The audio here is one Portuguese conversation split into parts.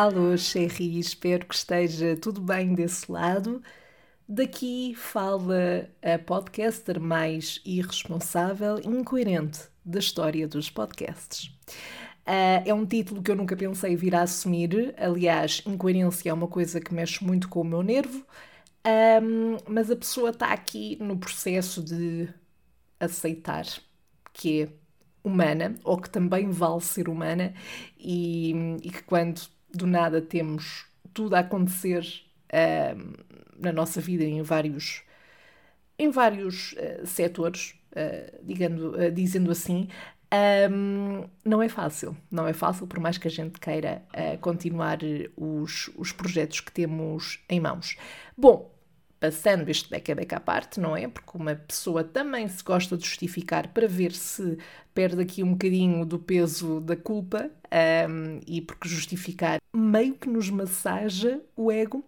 Alô, Cherry, espero que esteja tudo bem desse lado. Daqui fala a podcaster mais irresponsável e incoerente da história dos podcasts. É um título que eu nunca pensei vir a assumir. Aliás, incoerência é uma coisa que mexe muito com o meu nervo. Mas a pessoa está aqui no processo de aceitar que é humana, ou que também vale ser humana, e que quando do nada temos tudo a acontecer na nossa vida em vários setores, dizendo assim, não é fácil. Não é fácil, por mais que a gente queira continuar os projetos que temos em mãos. Bom, passando este beca-beca à parte, não é? Porque uma pessoa também se gosta de justificar para ver se perde aqui um bocadinho do peso da culpa, e porque justificar meio que nos massaja o ego.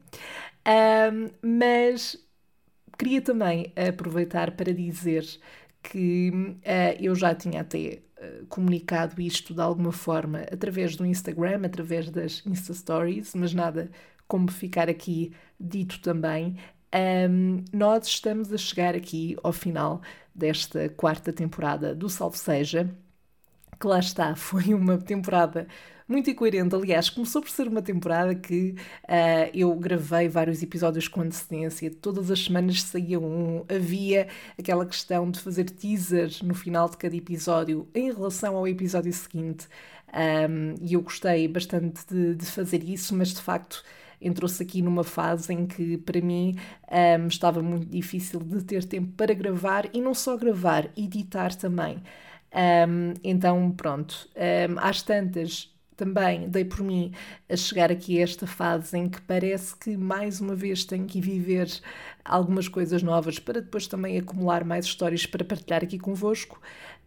Mas queria também aproveitar para dizer que eu já tinha até comunicado isto de alguma forma através do Instagram, através das Insta Stories, mas nada como ficar aqui dito também. Nós estamos a chegar aqui ao final desta 4ª temporada do Salve Seja, que lá está, foi uma temporada muito incoerente. Aliás, começou por ser uma temporada que eu gravei vários episódios com antecedência, todas as semanas saía um, havia aquela questão de fazer teasers no final de cada episódio em relação ao episódio seguinte, e eu gostei bastante de fazer isso, mas de facto entrou-se aqui numa fase em que para mim estava muito difícil de ter tempo para gravar, e não só gravar, editar também. Então pronto, às tantas também dei por mim a chegar aqui a esta fase em que parece que mais uma vez tenho que viver algumas coisas novas para depois também acumular mais histórias para partilhar aqui convosco.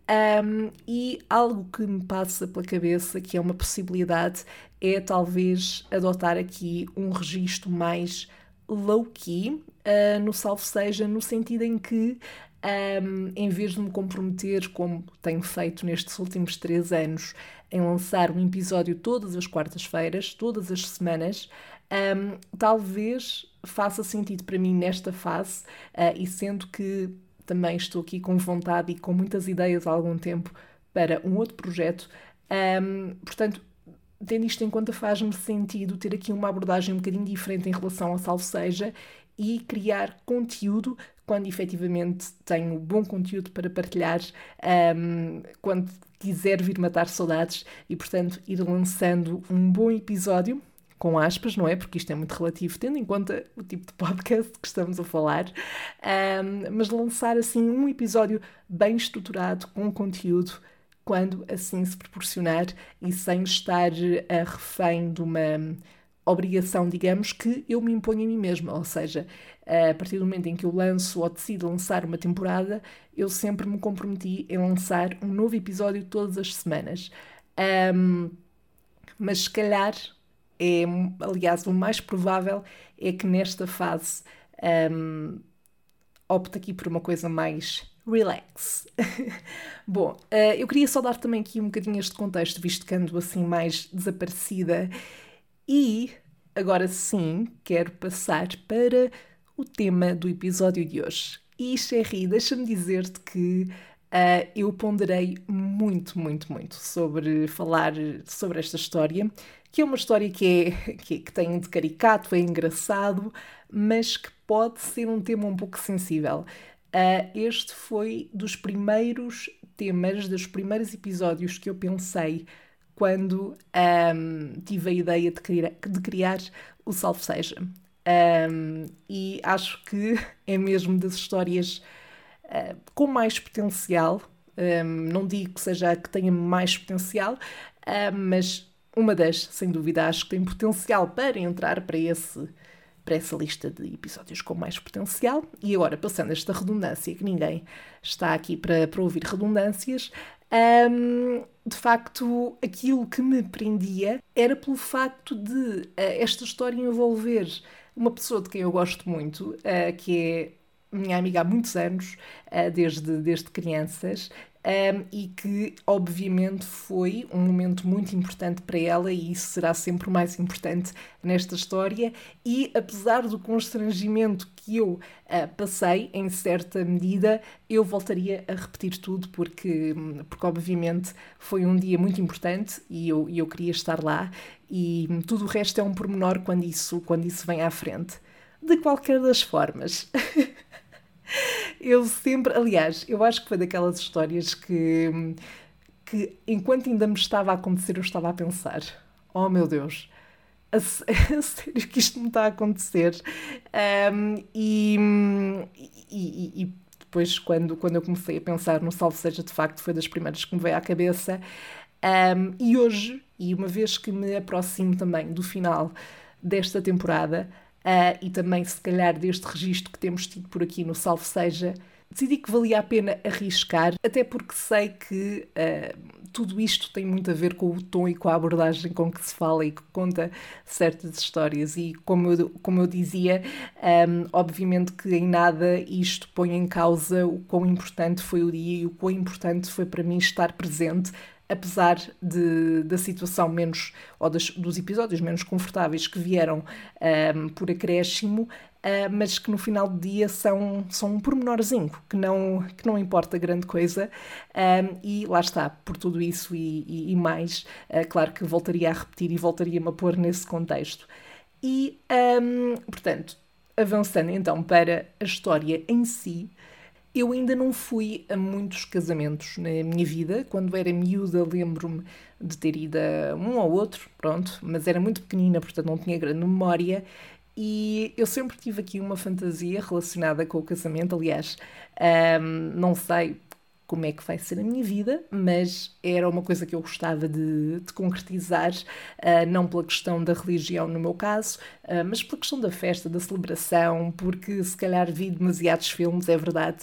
E algo que me passa pela cabeça, que é uma possibilidade, é talvez adotar aqui um registro mais low-key no Salve Seja, no sentido em que em vez de me comprometer, como tenho feito nestes últimos 3 anos, em lançar um episódio todas as quartas-feiras, todas as semanas, talvez faça sentido para mim nesta fase, e sendo que também estou aqui com vontade e com muitas ideias há algum tempo para um outro projeto, portanto, tendo isto em conta, faz-me sentido ter aqui uma abordagem um bocadinho diferente em relação ao Salve Seja e criar conteúdo quando efetivamente tenho bom conteúdo para partilhar, quando quiser vir matar saudades, e portanto ir lançando um bom episódio, com aspas, não é? Porque isto é muito relativo, tendo em conta o tipo de podcast que estamos a falar, mas lançar assim um episódio bem estruturado, com conteúdo, quando assim se proporcionar e sem estar a refém de uma obrigação, digamos, que eu me imponho a mim mesma. Ou seja, a partir do momento em que eu lanço ou decido lançar uma temporada, eu sempre me comprometi em lançar um novo episódio todas as semanas. Mas se calhar, aliás, o mais provável é que nesta fase opte aqui por uma coisa mais relax. Bom, eu queria só dar também aqui um bocadinho este contexto, visto que ando assim mais desaparecida. E agora sim, quero passar para o tema do episódio de hoje. E, Cherry, deixa-me dizer-te que eu ponderei muito, muito, muito sobre falar sobre esta história, que é uma história que tem de caricato, é engraçado, mas que pode ser um tema um pouco sensível. Este foi dos primeiros temas, dos primeiros episódios que eu pensei quando tive a ideia de criar o Salve Seja. E acho que é mesmo das histórias com mais potencial. Não digo que seja a que tenha mais potencial, mas uma das, sem dúvida, acho que tem potencial para entrar para essa lista de episódios com mais potencial. E agora, passando esta redundância, que ninguém está aqui para ouvir redundâncias, de facto, aquilo que me prendia era pelo facto de esta história envolver uma pessoa de quem eu gosto muito, que é minha amiga há muitos anos, desde crianças, e que obviamente foi um momento muito importante para ela e isso será sempre o mais importante nesta história. E apesar do constrangimento que eu passei, em certa medida, eu voltaria a repetir tudo porque obviamente foi um dia muito importante e eu queria estar lá e tudo o resto é um pormenor quando isso vem à frente. De qualquer das formas, eu sempre, aliás, eu acho que foi daquelas histórias que enquanto ainda me estava a acontecer, eu estava a pensar: oh meu Deus, a sério que isto me está a acontecer? E depois, quando eu comecei a pensar no Salve Seja, de facto, foi das primeiras que me veio à cabeça. E hoje, e uma vez que me aproximo também do final desta temporada, e também se calhar deste registro que temos tido por aqui no Salve Seja, decidi que valia a pena arriscar, até porque sei que tudo isto tem muito a ver com o tom e com a abordagem com que se fala e que conta certas histórias. E como eu dizia, obviamente que em nada isto põe em causa o quão importante foi o dia e o quão importante foi para mim estar presente, apesar da situação menos, ou dos episódios menos confortáveis que vieram por acréscimo, mas que no final do dia são um pormenorzinho, que não importa grande coisa, e lá está, por tudo isso e mais, claro que voltaria a repetir e voltaria-me a pôr nesse contexto. E, portanto, avançando então para a história em si, eu ainda não fui a muitos casamentos na minha vida. Quando era miúda, lembro-me de ter ido a um ou outro, pronto, mas era muito pequenina, portanto não tinha grande memória. E eu sempre tive aqui uma fantasia relacionada com o casamento. Aliás, não sei como é que vai ser a minha vida, mas era uma coisa que eu gostava de concretizar, não pela questão da religião no meu caso, mas pela questão da festa, da celebração, porque se calhar vi demasiados filmes, é verdade,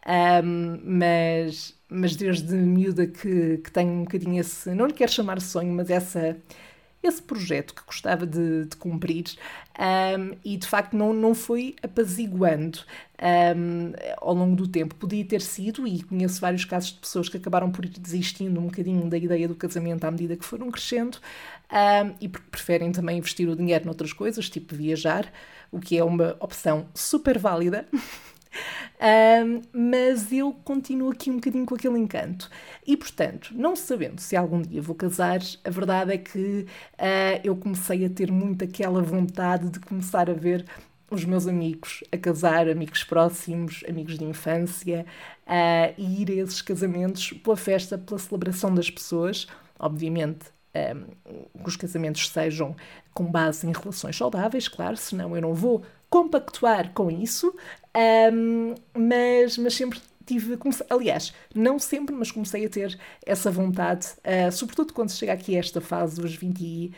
mas desde miúda que tenho um bocadinho esse, não lhe quero chamar sonho, mas esse projeto que gostava de cumprir, e de facto não foi apaziguando ao longo do tempo. Podia ter sido, e conheço vários casos de pessoas que acabaram por ir desistindo um bocadinho da ideia do casamento à medida que foram crescendo, e porque preferem também investir o dinheiro noutras coisas, tipo viajar, o que é uma opção super válida. Mas eu continuo aqui um bocadinho com aquele encanto. E, portanto, não sabendo se algum dia vou casar, a verdade é que eu comecei a ter muito aquela vontade de começar a ver os meus amigos a casar, amigos próximos, amigos de infância, e ir a esses casamentos pela festa, pela celebração das pessoas, obviamente. Que os casamentos sejam com base em relações saudáveis, claro, senão eu não vou compactuar com isso, mas sempre tive, aliás, não sempre, mas comecei a ter essa vontade, sobretudo quando se chega aqui a esta fase dos 20 e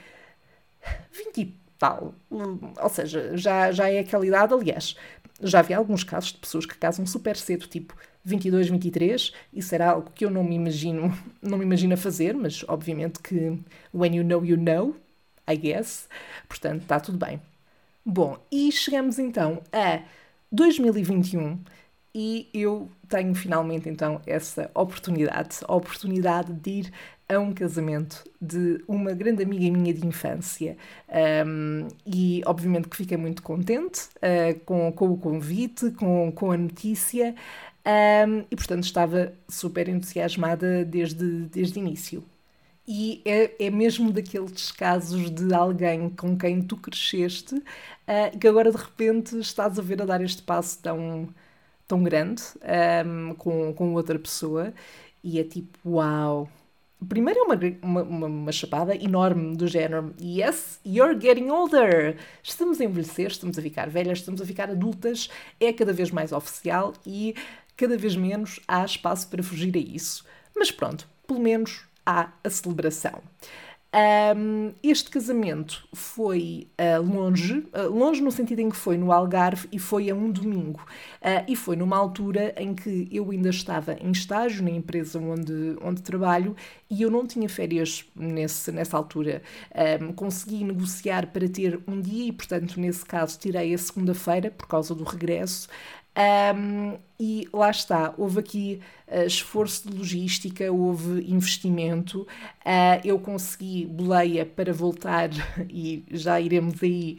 tal, ou seja, já é aquela idade. Aliás, já havia alguns casos de pessoas que casam super cedo, tipo 22, 23, isso era algo que eu não me imagino a fazer, mas obviamente que when you know, I guess, portanto está tudo bem. Bom, e chegamos então a 2021 e eu tenho finalmente então essa oportunidade, a oportunidade de ir a um casamento de uma grande amiga minha de infância, e obviamente que fiquei muito contente com o convite, com a notícia, e portanto estava super entusiasmada desde o início. E é mesmo daqueles casos de alguém com quem tu cresceste, que agora de repente estás a ver a dar este passo tão grande, com outra pessoa, e é tipo, uau! Primeiro é uma chapada enorme do género: yes, you're getting older. Estamos a envelhecer, estamos a ficar velhas, estamos a ficar adultas, é cada vez mais oficial e cada vez menos há espaço para fugir a isso. Mas pronto, pelo menos há a celebração. Este casamento foi longe no sentido em que foi no Algarve e foi a um domingo, e foi numa altura em que eu ainda estava em estágio na empresa onde trabalho e eu não tinha férias nessa altura. Consegui negociar para ter um dia e, portanto, nesse caso tirei a segunda-feira por causa do regresso. E lá está, houve aqui esforço de logística, houve investimento, eu consegui boleia para voltar e já iremos aí,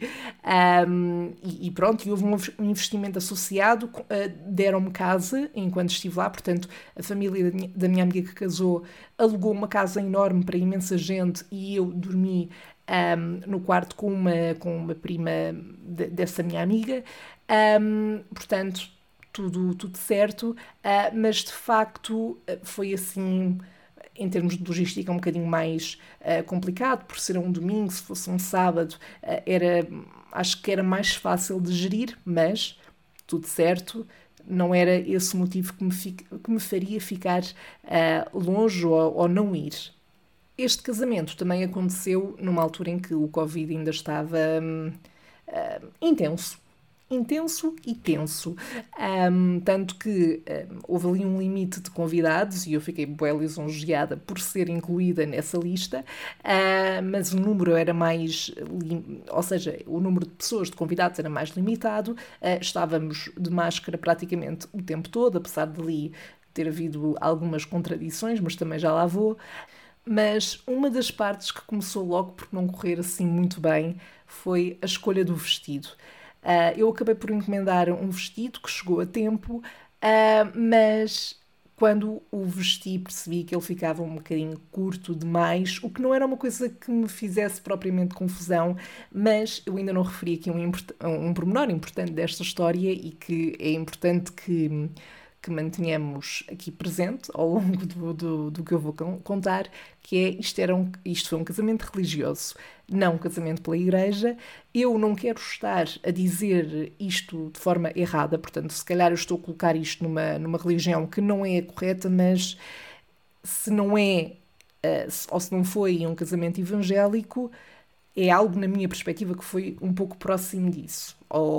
e pronto, e houve um investimento associado, deram-me casa enquanto estive lá, portanto a família da minha amiga que casou alugou uma casa enorme para imensa gente e eu dormi no quarto com uma prima dessa minha amiga. Portanto, tudo certo, mas de facto foi assim, em termos de logística, um bocadinho mais complicado, por ser um domingo, se fosse um sábado, acho que era mais fácil de gerir, mas tudo certo. Não era esse o motivo que me faria ficar longe ou não ir. Este casamento também aconteceu numa altura em que o Covid ainda estava intenso. Intenso e tenso. Tanto que houve ali um limite de convidados e eu fiquei bué lisonjeada por ser incluída nessa lista, mas o número era mais... Ou seja, o número de pessoas, de convidados, era mais limitado. Estávamos de máscara praticamente o tempo todo, apesar de ali ter havido algumas contradições, mas também já lá vou. Mas uma das partes que começou logo por não correr assim muito bem foi a escolha do vestido. Eu acabei por encomendar um vestido que chegou a tempo, mas quando o vesti percebi que ele ficava um bocadinho curto demais, o que não era uma coisa que me fizesse propriamente confusão, mas eu ainda não referi aqui um pormenor importante desta história e que é importante que mantenhamos aqui presente ao longo do que eu vou contar, que é isto foi um casamento religioso, não um casamento pela igreja. Eu não quero estar a dizer isto de forma errada, portanto, se calhar eu estou a colocar isto numa religião que não é a correta, mas se não é, ou se não foi um casamento evangélico, é algo, na minha perspectiva, que foi um pouco próximo disso.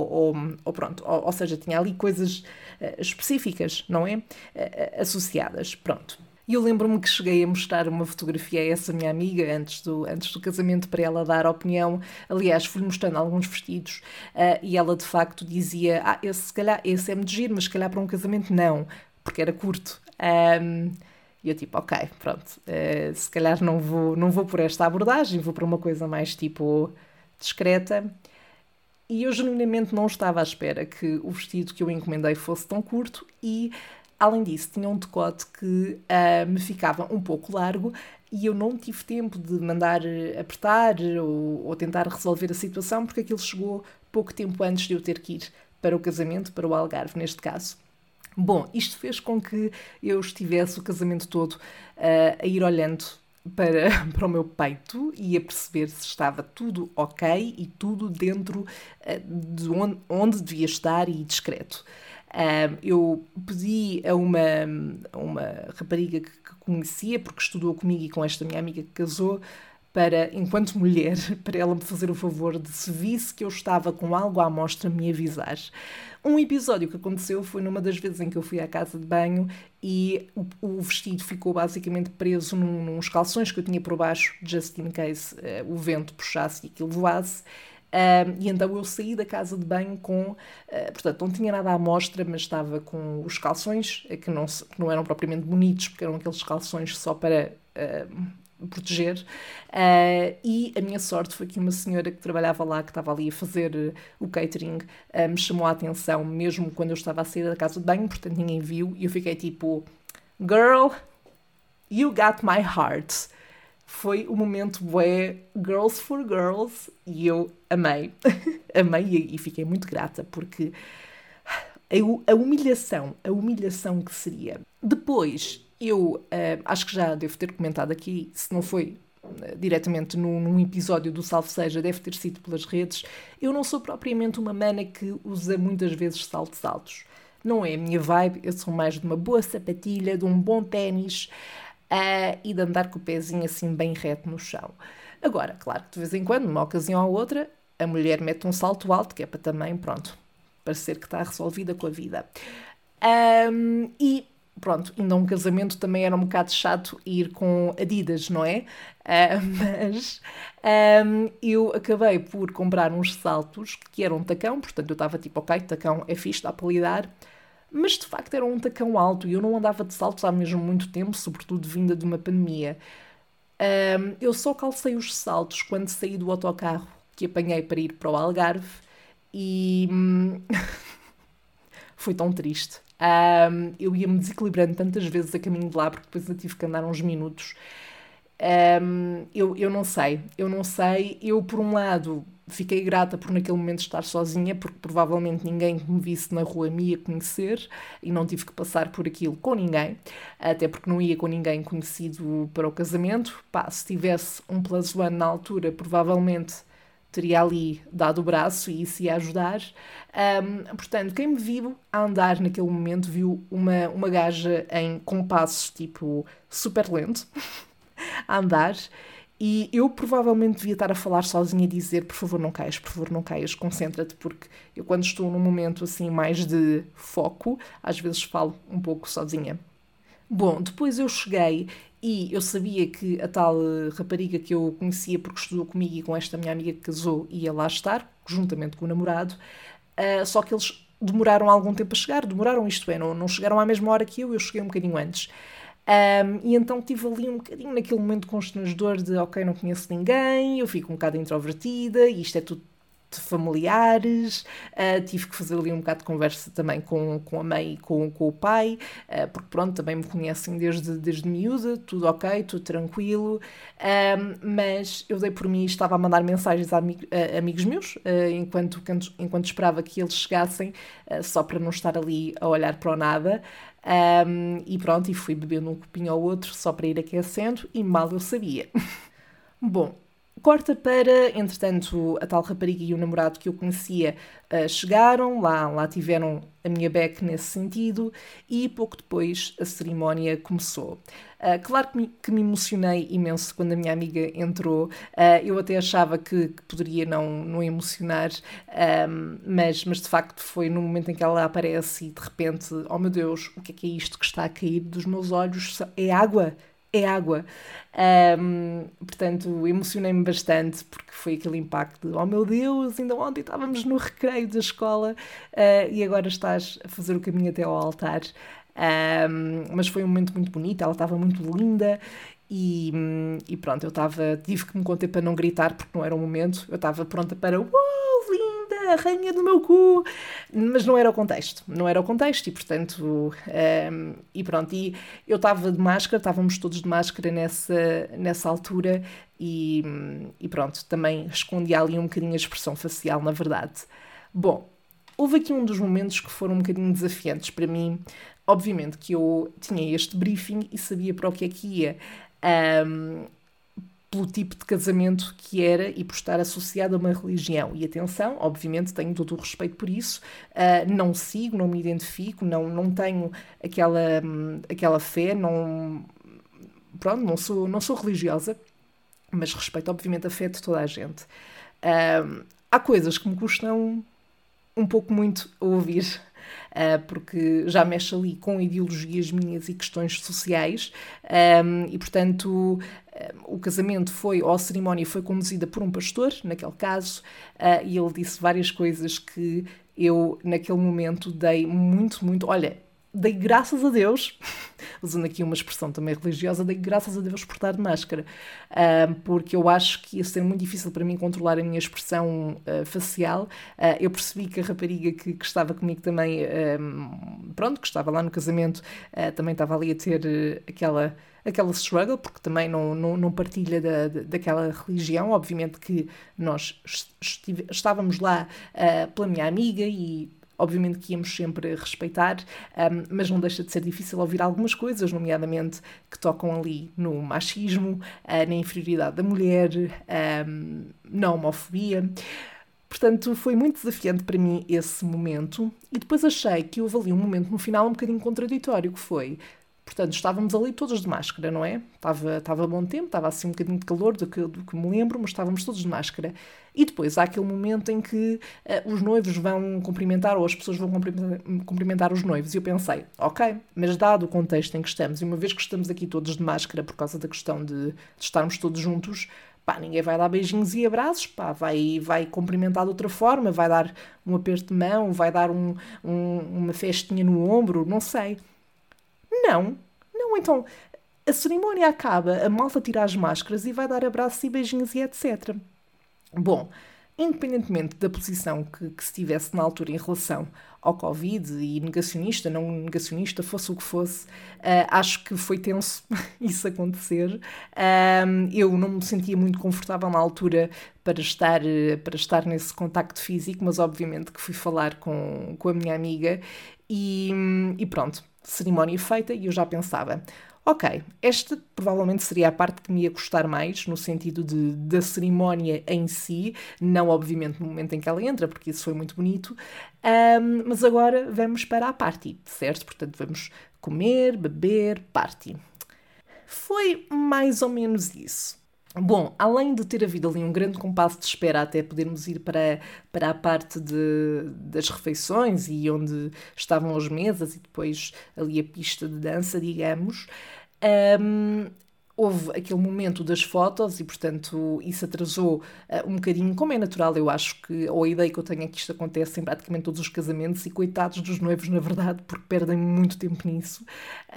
Ou seja, tinha ali coisas específicas, não é? Associadas, pronto. E eu lembro-me que cheguei a mostrar uma fotografia a essa minha amiga antes do casamento para ela dar a opinião. Aliás, fui-lhe mostrando alguns vestidos e ela de facto dizia: esse é muito giro, mas se calhar para um casamento não, porque era curto. E eu tipo, ok, pronto, se calhar não vou por esta abordagem, vou para uma coisa mais tipo discreta. E eu genuinamente não estava à espera que o vestido que eu encomendei fosse tão curto e, além disso, tinha um decote que me ficava um pouco largo e eu não tive tempo de mandar apertar ou tentar resolver a situação porque aquilo chegou pouco tempo antes de eu ter que ir para o casamento, para o Algarve, neste caso. Bom, isto fez com que eu estivesse o casamento todo a ir olhando para o meu peito e a perceber se estava tudo ok e tudo dentro de onde devia estar e discreto. Eu pedi a uma rapariga que conhecia, porque estudou comigo e com esta minha amiga que casou, para, enquanto mulher, para ela me fazer o favor de, se visse que eu estava com algo à mostra, me avisar. Um episódio que aconteceu foi numa das vezes em que eu fui à casa de banho e o vestido ficou basicamente preso nos calções que eu tinha por baixo, just in case o vento puxasse e aquilo voasse. E então eu saí da casa de banho com... portanto, não tinha nada à mostra, mas estava com os calções, que não eram propriamente bonitos, porque eram aqueles calções só para... proteger, e a minha sorte foi que uma senhora que trabalhava lá, que estava ali a fazer o catering, me chamou a atenção mesmo quando eu estava a sair da casa de banho, portanto ninguém viu, e eu fiquei tipo, girl, you got my heart. Foi o momento bué Girls for Girls e eu amei, amei e fiquei muito grata porque a humilhação que seria. Depois, eu acho que já devo ter comentado aqui, se não foi diretamente num episódio do Salve Seja, deve ter sido pelas redes, eu não sou propriamente uma mana que usa muitas vezes saltos altos. Não é a minha vibe, eu sou mais de uma boa sapatilha, de um bom ténis e de andar com o pezinho assim bem reto no chão. Agora, claro que de vez em quando, numa ocasião ou outra, a mulher mete um salto alto, que é para também, pronto, parecer que está resolvida com a vida. E pronto, ainda um casamento também era um bocado chato ir com Adidas, não é? Mas eu acabei por comprar uns saltos que eram tacão, portanto eu estava tipo, ok, tacão é fixe, dá para lidar, mas de facto era um tacão alto e eu não andava de saltos há mesmo muito tempo, sobretudo vinda de uma pandemia. Eu só calcei os saltos quando saí do autocarro que apanhei para ir para o Algarve e foi tão triste. Eu ia-me desequilibrando tantas vezes a caminho de lá, porque depois eu tive que andar uns minutos. Eu não sei, eu por um lado fiquei grata por naquele momento estar sozinha, porque provavelmente ninguém que me visse na rua me ia conhecer e não tive que passar por aquilo com ninguém, até porque não ia com ninguém conhecido para o casamento. Pá, se tivesse um plus one na altura, provavelmente teria ali dado o braço e isso ia ajudar. Portanto, quem me viu a andar naquele momento viu uma gaja em compassos tipo super lento a andar e eu provavelmente devia estar a falar sozinha e dizer por favor não caias, concentra-te, porque eu quando estou num momento assim mais de foco, às vezes falo um pouco sozinha. Bom, depois eu cheguei e eu sabia que a tal rapariga que eu conhecia porque estudou comigo e com esta minha amiga que casou ia lá estar, juntamente com o namorado, só que eles demoraram algum tempo a chegar, demoraram isto é, não chegaram à mesma hora que eu cheguei um bocadinho antes. E então tive ali um bocadinho naquele momento constrangedor de ok, não conheço ninguém, eu fico um bocado introvertida e isto é tudo de familiares, tive que fazer ali um bocado de conversa também com a mãe e com o pai, porque pronto, também me conhecem desde miúda, tudo ok, tudo tranquilo, mas eu dei por mim e estava a mandar mensagens a amigos meus, enquanto esperava que eles chegassem, só para não estar ali a olhar para o nada. E pronto, e fui bebendo um copinho ao outro só para ir aquecendo e mal eu sabia. Bom, corta para, entretanto, a tal rapariga e o namorado que eu conhecia chegaram, lá tiveram a minha beca nesse sentido e pouco depois a cerimónia começou. Claro que me emocionei imenso quando a minha amiga entrou, eu até achava que poderia não emocionar, mas de facto foi no momento em que ela aparece e de repente, oh meu Deus, o que é isto que está a cair dos meus olhos? É água! É água. Portanto, emocionei-me bastante porque foi aquele impacto de oh meu Deus, ainda ontem estávamos no recreio da escola e agora estás a fazer o caminho até ao altar. Mas foi um momento muito bonito, ela estava muito linda e pronto, tive que me conter para não gritar porque não era o momento, eu estava pronta para uau, linda, rainha do meu cu, mas não era o contexto e portanto, e pronto, e eu estava de máscara, estávamos todos de máscara nessa altura e pronto, também escondia ali um bocadinho a expressão facial, na verdade. Bom, houve aqui um dos momentos que foram um bocadinho desafiantes para mim. Obviamente que eu tinha este briefing e sabia para o que é que ia, pelo tipo de casamento que era e por estar associado a uma religião. E atenção, obviamente tenho todo o respeito por isso, não sigo, não me identifico, não tenho aquela fé, pronto, não sou religiosa, mas respeito obviamente a fé de toda a gente. Há coisas que me custam um pouco muito a ouvir, porque já mexe ali com ideologias minhas e questões sociais, e portanto o casamento ou a cerimónia foi conduzida por um pastor, naquele caso, e ele disse várias coisas que eu naquele momento dei muito, olha, dei graças a Deus, usando aqui uma expressão também religiosa, dei graças a Deus por estar de máscara, porque eu acho que ia ser muito difícil para mim controlar a minha expressão facial. Eu percebi que a rapariga que estava comigo também, pronto, que estava lá no casamento, também estava ali a ter aquela struggle, porque também não partilha daquela religião. Obviamente que nós estávamos lá pela minha amiga e obviamente que íamos sempre respeitar, mas não deixa de ser difícil ouvir algumas coisas, nomeadamente que tocam ali no machismo, na inferioridade da mulher, na homofobia. Portanto, foi muito desafiante para mim esse momento. E depois achei que houve ali um momento no final um bocadinho contraditório, que foi Portanto, estávamos ali todos de máscara, não é? Estava bom tempo, estava assim um bocadinho de calor do que me lembro, mas estávamos todos de máscara. E depois há aquele momento em que os noivos vão cumprimentar, ou as pessoas vão cumprimentar os noivos. E eu pensei, ok, mas dado o contexto em que estamos, e uma vez que estamos aqui todos de máscara por causa da questão de estarmos todos juntos, pá, ninguém vai dar beijinhos e abraços, pá, vai cumprimentar de outra forma, vai dar um aperto de mão, vai dar uma festinha no ombro, não sei. Não, não, então a cerimónia acaba, a malta tira as máscaras e vai dar abraços e beijinhos e etc. Bom, independentemente da posição que se tivesse na altura em relação ao Covid e negacionista, não negacionista, fosse o que fosse, acho que foi tenso isso acontecer. Eu não me sentia muito confortável na altura para estar nesse contacto físico, mas obviamente que fui falar com a minha amiga e pronto, cerimónia feita e eu já pensava. Ok, esta provavelmente seria a parte que me ia gostar mais, no sentido da cerimónia em si, não obviamente no momento em que ela entra, porque isso foi muito bonito, mas agora vamos para a party, certo? Portanto, vamos comer, beber, party. Foi mais ou menos isso. Bom, além de ter havido ali um grande compasso de espera até podermos ir para a parte das refeições e onde estavam as mesas e depois ali a pista de dança, digamos, hum, houve aquele momento das fotos e, portanto, isso atrasou um bocadinho, como é natural, eu acho que, ou a ideia que eu tenho é que isto acontece em praticamente todos os casamentos e coitados dos noivos, na verdade, porque perdem muito tempo nisso,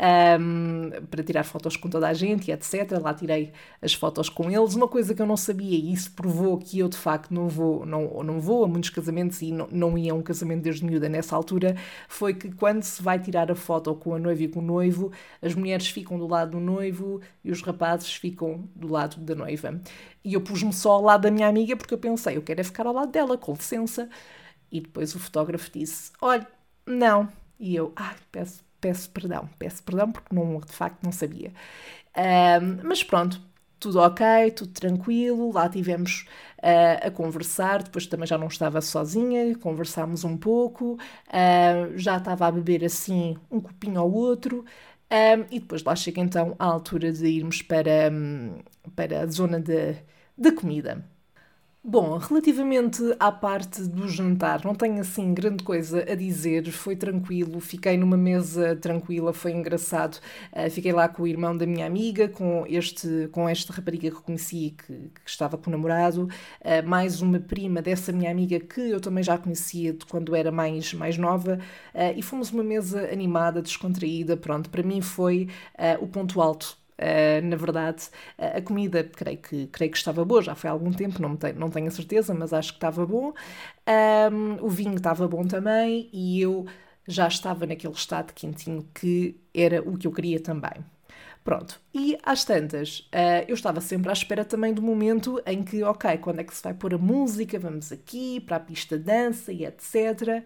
para tirar fotos com toda a gente e etc. Lá tirei as fotos com eles. Uma coisa que eu não sabia, e isso provou que eu, de facto, não vou a muitos casamentos e não ia a um casamento desde miúda nessa altura, foi que quando se vai tirar a foto com a noiva e com o noivo, as mulheres ficam do lado do noivo e os rapazes ficam do lado da noiva. E eu pus-me só ao lado da minha amiga porque eu pensei, eu quero é ficar ao lado dela, com licença. E depois o fotógrafo disse, olha, não. E eu, peço perdão porque não, de facto não sabia. Mas pronto, tudo ok, tudo tranquilo, lá tivemos a conversar, depois também já não estava sozinha, conversámos um pouco, já estava a beber assim um copinho ao outro, e depois lá chega então a altura de irmos para a zona de comida. Bom, relativamente à parte do jantar, não tenho assim grande coisa a dizer, foi tranquilo, fiquei numa mesa tranquila, foi engraçado. Fiquei lá com o irmão da minha amiga, com esta rapariga que conheci que estava com o namorado, mais uma prima dessa minha amiga que eu também já conhecia de quando era mais nova, e fomos uma mesa animada, descontraída, pronto, para mim foi o ponto alto. Na verdade, a comida creio que estava boa, já foi há algum tempo, não tenho a certeza, mas acho que estava bom. O vinho estava bom também e eu já estava naquele estado quentinho que era o que eu queria também. Pronto, e às tantas, eu estava sempre à espera também do momento em que, ok, quando é que se vai pôr a música, vamos aqui para a pista de dança e etc.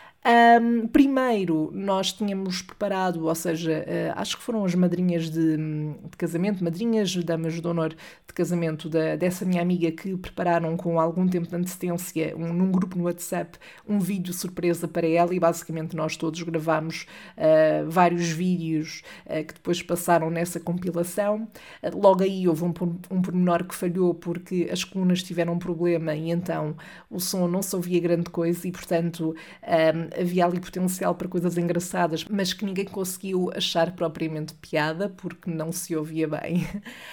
Primeiro, nós tínhamos preparado, ou seja, acho que foram as madrinhas de casamento, madrinhas, damas de honor de casamento dessa minha amiga que prepararam com algum tempo de antecedência, num grupo no WhatsApp, um vídeo surpresa para ela e basicamente nós todos gravámos vários vídeos que depois passaram nessa compilação. Logo aí houve um pormenor que falhou porque as colunas tiveram um problema e então o som não se ouvia grande coisa e, portanto, havia ali potencial para coisas engraçadas, mas que ninguém conseguiu achar propriamente piada, porque não se ouvia bem.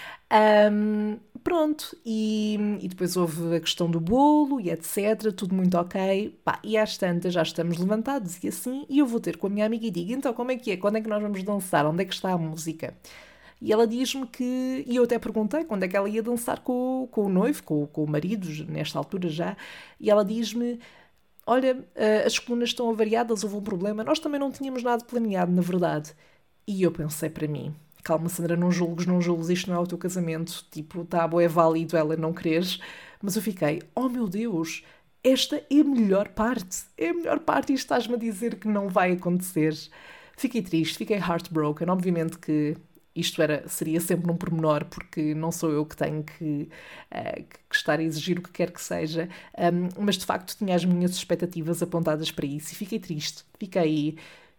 Pronto, e depois houve a questão do bolo e etc, tudo muito ok. Pá, e às tantas já estamos levantados e assim, e eu vou ter com a minha amiga e digo, então como é que é? Quando é que nós vamos dançar? Onde é que está a música? E ela diz-me que, e eu até perguntei quando é que ela ia dançar com o noivo, com o marido, nesta altura já, e ela diz-me, olha, as colunas estão avariadas, houve um problema. Nós também não tínhamos nada planeado, na verdade. E eu pensei para mim, calma Sandra, não julgues, isto não é o teu casamento. Tipo, tá, bom, é válido ela não quereres. Mas eu fiquei, oh meu Deus, esta é a melhor parte. É a melhor parte e estás-me a dizer que não vai acontecer. Fiquei triste, fiquei heartbroken. Obviamente que isto seria sempre um pormenor, porque não sou eu que tenho que estar a exigir o que quer que seja, mas de facto tinha as minhas expectativas apontadas para isso e fiquei triste,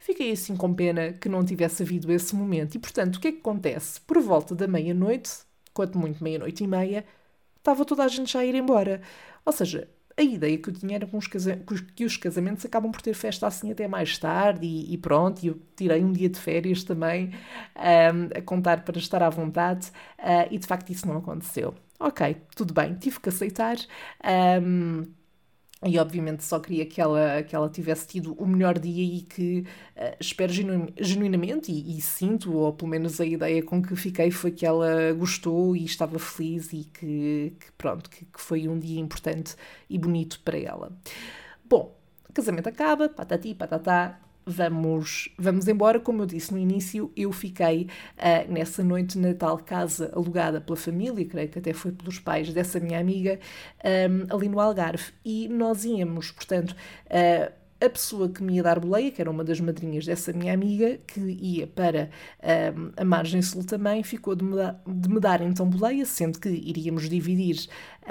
fiquei assim com pena que não tivesse havido esse momento. E, portanto, o que é que acontece? Por volta da meia-noite, quanto muito meia-noite e meia, estava toda a gente já a ir embora. Ou seja, a ideia que eu tinha era que os casamentos acabam por ter festa assim até mais tarde e pronto, e eu tirei um dia de férias também a contar para estar à vontade e de facto isso não aconteceu. Ok, tudo bem, tive que aceitar. Um, e obviamente só queria que ela tivesse tido o melhor dia e que espero genuinamente e sinto, ou pelo menos a ideia com que fiquei foi que ela gostou e estava feliz e que pronto, que foi um dia importante e bonito para ela. Bom, o casamento acaba, patati, patatá, vamos embora. Como eu disse no início, eu fiquei nessa noite na tal casa alugada pela família, creio que até foi pelos pais dessa minha amiga, ali no Algarve. E nós íamos, portanto, a pessoa que me ia dar boleia, que era uma das madrinhas dessa minha amiga, que ia para a margem sul também, ficou de me dar então boleia, sendo que iríamos dividir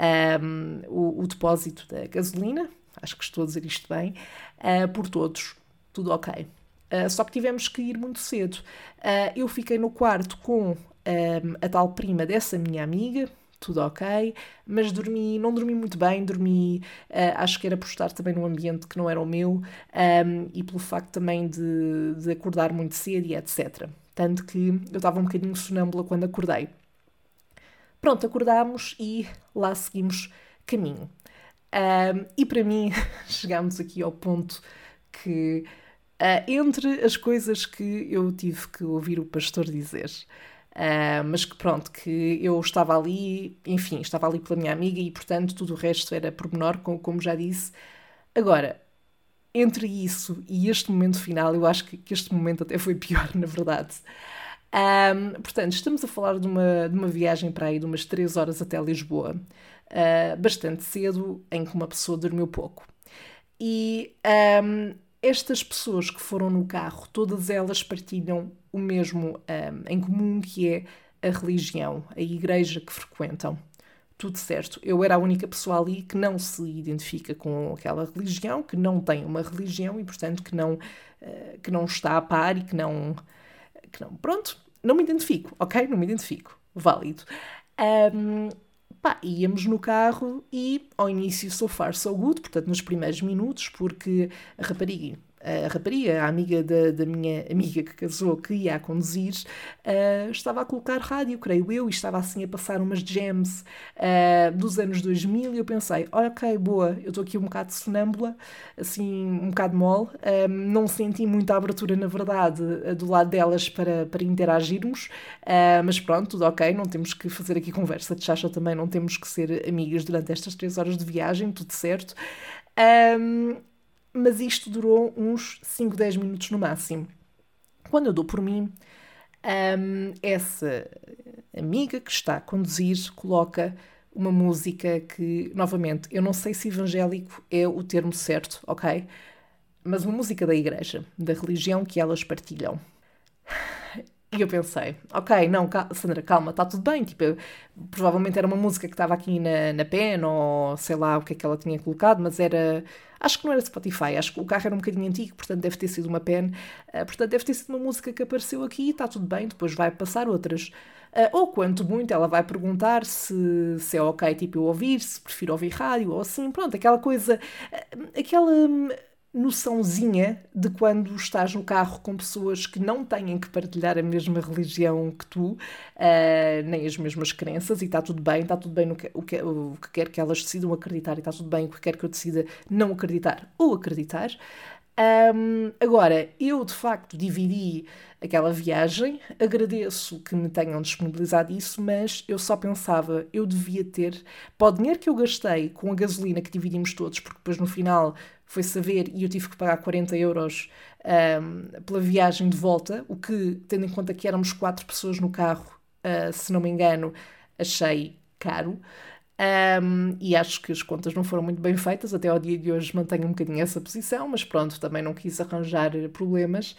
o depósito da gasolina, acho que estou a dizer isto bem, por todos. Tudo ok. Só que tivemos que ir muito cedo. Eu fiquei no quarto com a tal prima dessa minha amiga, tudo ok, mas não dormi muito bem, acho que era por estar também num ambiente que não era o meu e pelo facto também de acordar muito cedo e etc. Tanto que eu estava um bocadinho sonâmbula quando acordei. Pronto, acordámos e lá seguimos caminho. E para mim, chegámos aqui ao ponto que, entre as coisas que eu tive que ouvir o pastor dizer, mas que pronto, que eu estava ali, enfim, estava ali pela minha amiga e portanto tudo o resto era pormenor, como já disse. Agora, entre isso e este momento final, eu acho que este momento até foi pior, na verdade. Portanto, estamos a falar de uma viagem para aí de umas 3 horas até Lisboa, bastante cedo, em que uma pessoa dormiu pouco. E estas pessoas que foram no carro, todas elas partilham o mesmo em comum, que é a religião, a igreja que frequentam. Tudo certo. Eu era a única pessoa ali que não se identifica com aquela religião, que não tem uma religião e, portanto, que não está a par e pronto, não me identifico, ok? Não me identifico. Válido. Íamos no carro e ao início so far so good, portanto nos primeiros minutos, porque a rapariga, a amiga da minha amiga que casou, que ia a conduzir, estava a colocar rádio, creio eu, e estava assim a passar umas jams dos anos 2000 e eu pensei, ok, boa, eu estou aqui um bocado sonâmbula, assim, um bocado mole, não senti muita abertura, na verdade, do lado delas para interagirmos, mas pronto, tudo ok, não temos que fazer aqui conversa de chacha também, não temos que ser amigas durante estas 3 horas de viagem, tudo certo. Mas isto durou uns 5, 10 minutos no máximo. Quando eu dou por mim, essa amiga que está a conduzir coloca uma música que, novamente, eu não sei se evangélico é o termo certo, ok? Mas uma música da igreja, da religião que elas partilham. E eu pensei, ok, não, Sandra, calma, está tudo bem. Tipo, provavelmente era uma música que estava aqui na pen, ou sei lá o que é que ela tinha colocado, mas era. Acho que não era Spotify, acho que o carro era um bocadinho antigo, portanto deve ter sido uma pen. Portanto, deve ter sido uma música que apareceu aqui e está tudo bem, depois vai passar outras. Ou quanto muito, ela vai perguntar se é ok, tipo, eu ouvir, se prefiro ouvir rádio, ou assim, pronto, aquela coisa. Aquela noçãozinha de quando estás no carro com pessoas que não têm que partilhar a mesma religião que tu, nem as mesmas crenças, e está tudo bem no o que quer que elas decidam acreditar, e está tudo bem o que quer que eu decida não acreditar ou acreditar. Agora, eu de facto dividi aquela viagem, agradeço que me tenham disponibilizado isso, mas eu só pensava, eu devia ter, para o dinheiro que eu gastei com a gasolina que dividimos todos, porque depois no final foi saber e eu tive que pagar 40 euros pela viagem de volta, o que, tendo em conta que éramos 4 pessoas no carro, se não me engano, achei caro. E acho que as contas não foram muito bem feitas, até ao dia de hoje mantenho um bocadinho essa posição, mas pronto, também não quis arranjar problemas.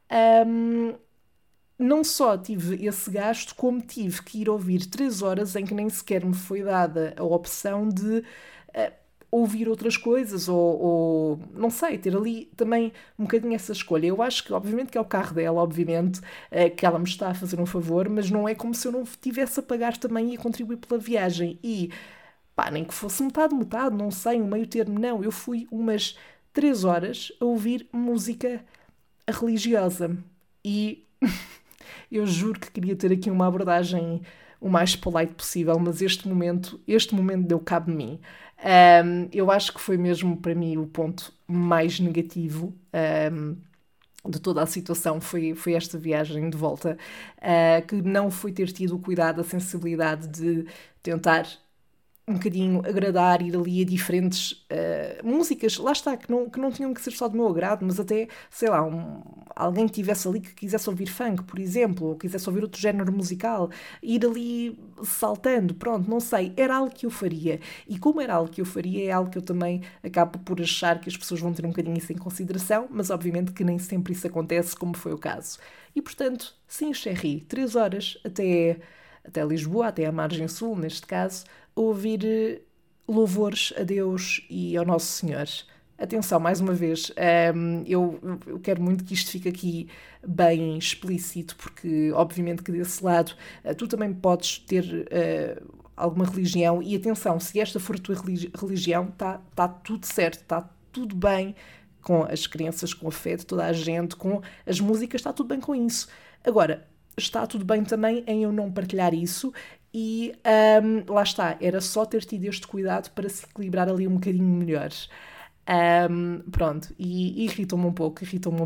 Não só tive esse gasto, como tive que ir ouvir 3 horas em que nem sequer me foi dada a opção de ouvir outras coisas ou, não sei, ter ali também um bocadinho essa escolha. Eu acho que, obviamente, que é o carro dela, obviamente, que ela me está a fazer um favor, mas não é como se eu não tivesse a pagar também e a contribuir pela viagem. E, pá, nem que fosse metade, metade, não sei, um meio termo, não. Eu fui umas 3 horas a ouvir música religiosa e eu juro que queria ter aqui uma abordagem o mais polite possível, mas este momento deu cabo de mim. Eu acho que foi mesmo para mim o ponto mais negativo de toda a situação foi esta viagem de volta, que não foi ter tido o cuidado, a sensibilidade de tentar um bocadinho agradar, ir ali a diferentes músicas, lá está, que não tinham que ser só do meu agrado, mas até, sei lá, alguém que estivesse ali que quisesse ouvir funk, por exemplo, ou quisesse ouvir outro género musical, ir ali saltando, pronto, não sei, era algo que eu faria. E como era algo que eu faria, é algo que eu também acabo por achar que as pessoas vão ter um bocadinho isso em consideração, mas obviamente que nem sempre isso acontece, como foi o caso. E portanto, sim, Cherry, 3 horas até Lisboa, até à margem sul, neste caso, ouvir louvores a Deus e ao Nosso Senhor. Atenção, mais uma vez, eu quero muito que isto fique aqui bem explícito, porque obviamente que desse lado tu também podes ter alguma religião, e atenção, se esta for a tua religião, tá tudo certo, está tudo bem com as crenças, com a fé de toda a gente, com as músicas, está tudo bem com isso. Agora, está tudo bem também em eu não partilhar isso e lá está, era só ter tido este cuidado para se equilibrar ali um bocadinho melhor. Pronto, e irritou-me um pouco,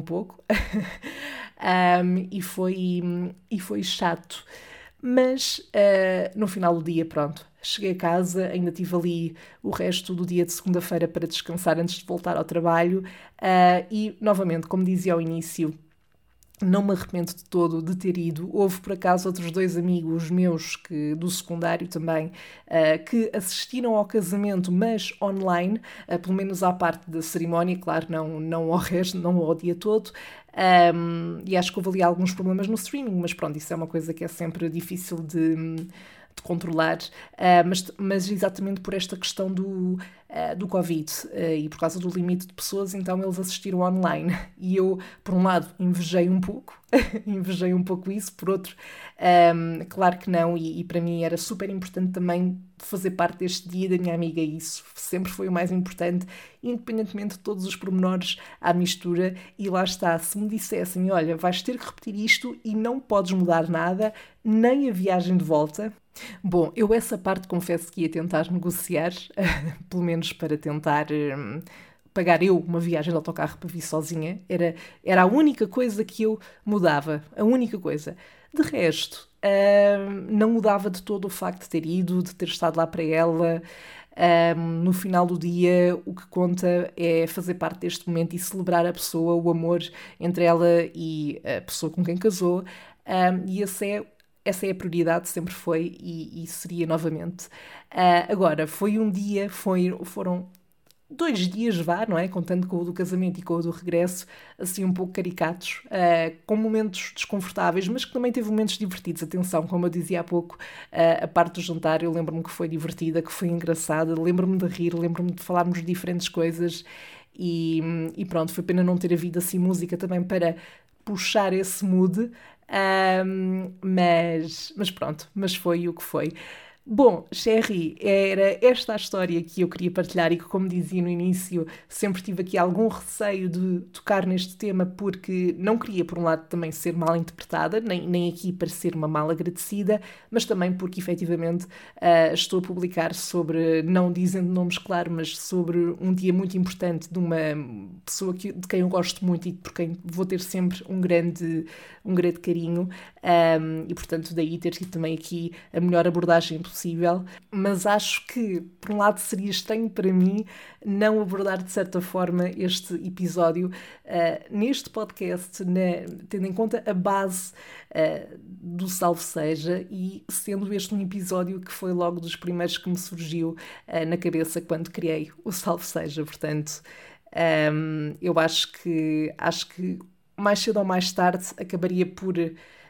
e foi chato. Mas no final do dia, pronto, cheguei a casa, ainda tive ali o resto do dia de segunda-feira para descansar antes de voltar ao trabalho e, novamente, como dizia ao início, não me arrependo de todo de ter ido. Houve, por acaso, outros 2 amigos meus do secundário também que assistiram ao casamento, mas online, pelo menos à parte da cerimónia, claro, não ao resto, não ao dia todo. E acho que houve ali alguns problemas no streaming, mas pronto, isso é uma coisa que é sempre difícil de controlar, mas exatamente por esta questão do Covid e por causa do limite de pessoas, então eles assistiram online. E eu, por um lado, invejei um pouco, invejei um pouco isso, por outro, claro que não, e para mim era super importante também fazer parte deste dia da minha amiga, e isso sempre foi o mais importante, independentemente de todos os pormenores à mistura. E lá está, se me dissessem, olha, vais ter que repetir isto e não podes mudar nada, nem a viagem de volta. Bom, eu essa parte confesso que ia tentar negociar, pelo menos para tentar pagar eu uma viagem de autocarro para vir sozinha. Era a única coisa que eu mudava, a única coisa. De resto, não mudava de todo o facto de ter ido, de ter estado lá para ela. No final do dia, o que conta é fazer parte deste momento e celebrar a pessoa, o amor entre ela e a pessoa com quem casou. E essa é a prioridade, sempre foi e seria novamente. Agora, foi um dia, foram 2 dias, vá, não é? Contando com o do casamento e com o do regresso, assim um pouco caricatos, com momentos desconfortáveis, mas que também teve momentos divertidos. Atenção, como eu dizia há pouco, a parte do jantar eu lembro-me que foi divertida, que foi engraçada, lembro-me de rir, lembro-me de falarmos de diferentes coisas e pronto, foi pena não ter havido assim música também para puxar esse mood. Mas pronto, mas foi o que foi. Bom, Cherry, era esta a história que eu queria partilhar e que, como dizia no início, sempre tive aqui algum receio de tocar neste tema porque não queria, por um lado, também ser mal interpretada, nem aqui parecer uma mal agradecida, mas também porque, efetivamente, estou a publicar sobre, não dizendo nomes claro, mas sobre um dia muito importante de uma pessoa de quem eu gosto muito e por quem vou ter sempre um grande carinho, e, portanto, daí ter tido também aqui a melhor abordagem possível, mas acho que, por um lado, seria estranho para mim não abordar de certa forma este episódio neste podcast, tendo em conta a base do Salve Seja e sendo este um episódio que foi logo dos primeiros que me surgiu na cabeça quando criei o Salve Seja. Portanto, eu acho que mais cedo ou mais tarde acabaria por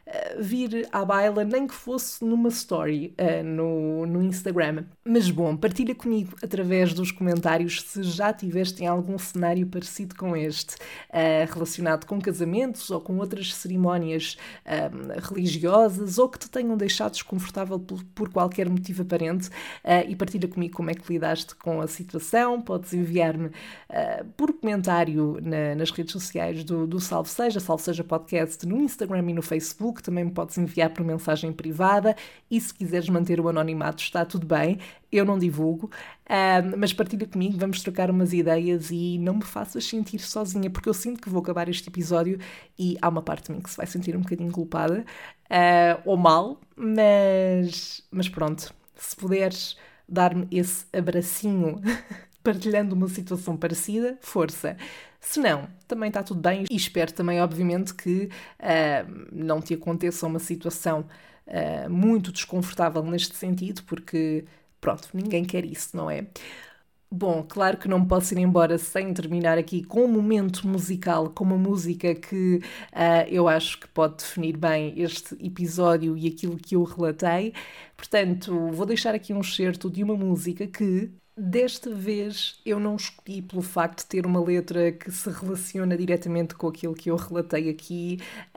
vir à baila, nem que fosse numa story no Instagram. Mas bom, partilha comigo através dos comentários se já tiveste em algum cenário parecido com este, relacionado com casamentos ou com outras cerimónias religiosas, ou que te tenham deixado desconfortável por qualquer motivo aparente, e partilha comigo como é que lidaste com a situação. Podes enviar-me por comentário nas redes sociais do Salve Seja Podcast, no Instagram e no Facebook. Também me podes enviar por mensagem privada, e se quiseres manter o anonimato está tudo bem, eu não divulgo, mas partilha comigo, vamos trocar umas ideias e não me faças sentir sozinha, porque eu sinto que vou acabar este episódio e há uma parte de mim que se vai sentir um bocadinho culpada, ou mal, mas pronto, se puderes dar-me esse abracinho partilhando uma situação parecida, força. Se não, também está tudo bem, e espero também, obviamente, que não te aconteça uma situação muito desconfortável neste sentido, porque, pronto, ninguém quer isso, não é? Bom, claro que não me posso ir embora sem terminar aqui com um momento musical, com uma música que eu acho que pode definir bem este episódio e aquilo que eu relatei. Portanto, vou deixar aqui um excerto de uma música que, desta vez, eu não escolhi pelo facto de ter uma letra que se relaciona diretamente com aquilo que eu relatei aqui,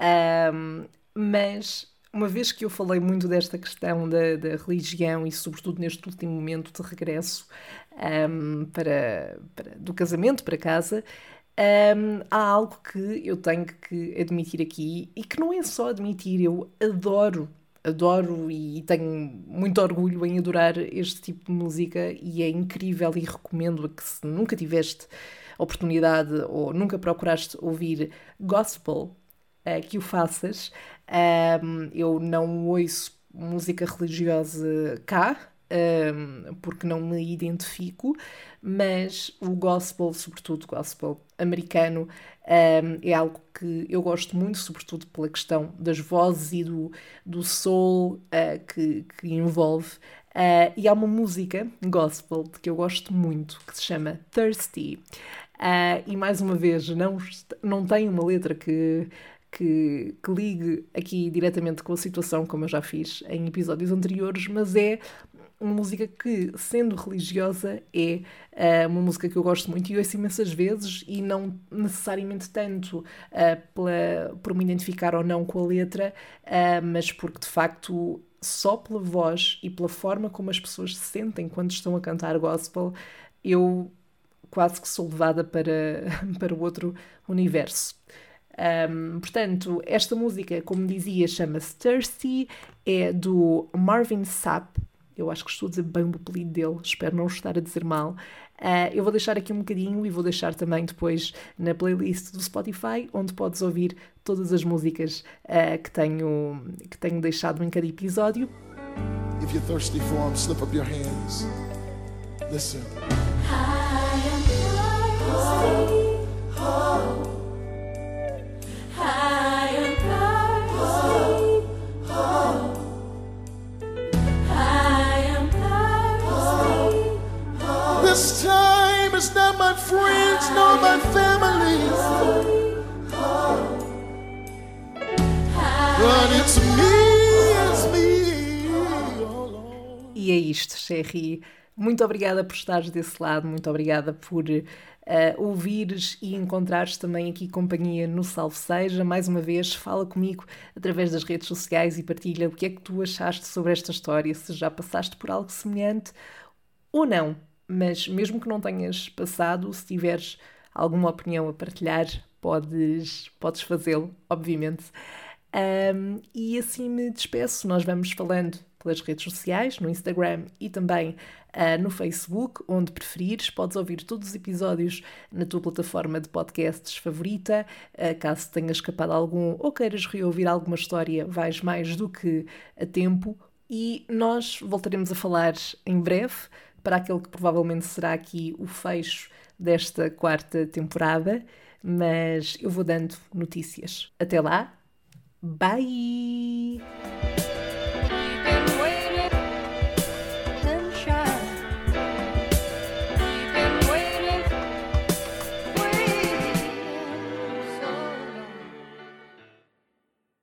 mas uma vez que eu falei muito desta questão da religião e sobretudo neste último momento de regresso do casamento para casa, há algo que eu tenho que admitir aqui, e que não é só admitir, eu adoro e tenho muito orgulho em adorar este tipo de música, e é incrível, e recomendo que, se nunca tiveste oportunidade ou nunca procuraste ouvir gospel, que o faças. Eu não ouço música religiosa cá, porque não me identifico, mas o gospel, sobretudo gospel americano, é algo que eu gosto muito, sobretudo pela questão das vozes e do soul que envolve. E há uma música gospel que eu gosto muito, que se chama Thirsty. E mais uma vez, não tem uma letra que ligue aqui diretamente com a situação, como eu já fiz em episódios anteriores, mas é uma música que, sendo religiosa, é uma música que eu gosto muito e ouço imensas vezes, e não necessariamente tanto por me identificar ou não com a letra, mas porque, de facto, só pela voz e pela forma como as pessoas se sentem quando estão a cantar gospel, eu quase que sou levada para o outro universo. Portanto, esta música, como dizia, chama-se Thirsty, é do Marvin Sapp. Eu acho que estou a dizer bem o apelido dele, espero não estar a dizer mal. Eu vou deixar aqui um bocadinho e vou deixar também depois na playlist do Spotify, onde podes ouvir todas as músicas que tenho deixado em cada episódio. If you're thirsty for him, slip up your hands. Listen. I am thirsty. Oh. I am thirsty. Oh. I am thirsty. Oh. This time is not my friends nor my family, but it's me, oh Lord. E é isto, Sherry. Muito obrigada por estares desse lado, muito obrigada por ouvires e encontrares também aqui companhia no Salve Seja. Mais uma vez, fala comigo através das redes sociais e partilha o que é que tu achaste sobre esta história, se já passaste por algo semelhante ou não. Mas mesmo que não tenhas passado, se tiveres alguma opinião a partilhar, podes fazê-lo, obviamente. E assim me despeço. Nós vamos falando pelas redes sociais, no Instagram e também no Facebook, onde preferires. Podes ouvir todos os episódios na tua plataforma de podcasts favorita. Caso tenha escapado algum ou queiras reouvir alguma história, vais mais do que a tempo. E nós voltaremos a falar em breve para aquele que provavelmente será aqui o fecho desta 4ª temporada, mas eu vou dando notícias. Até lá, bye!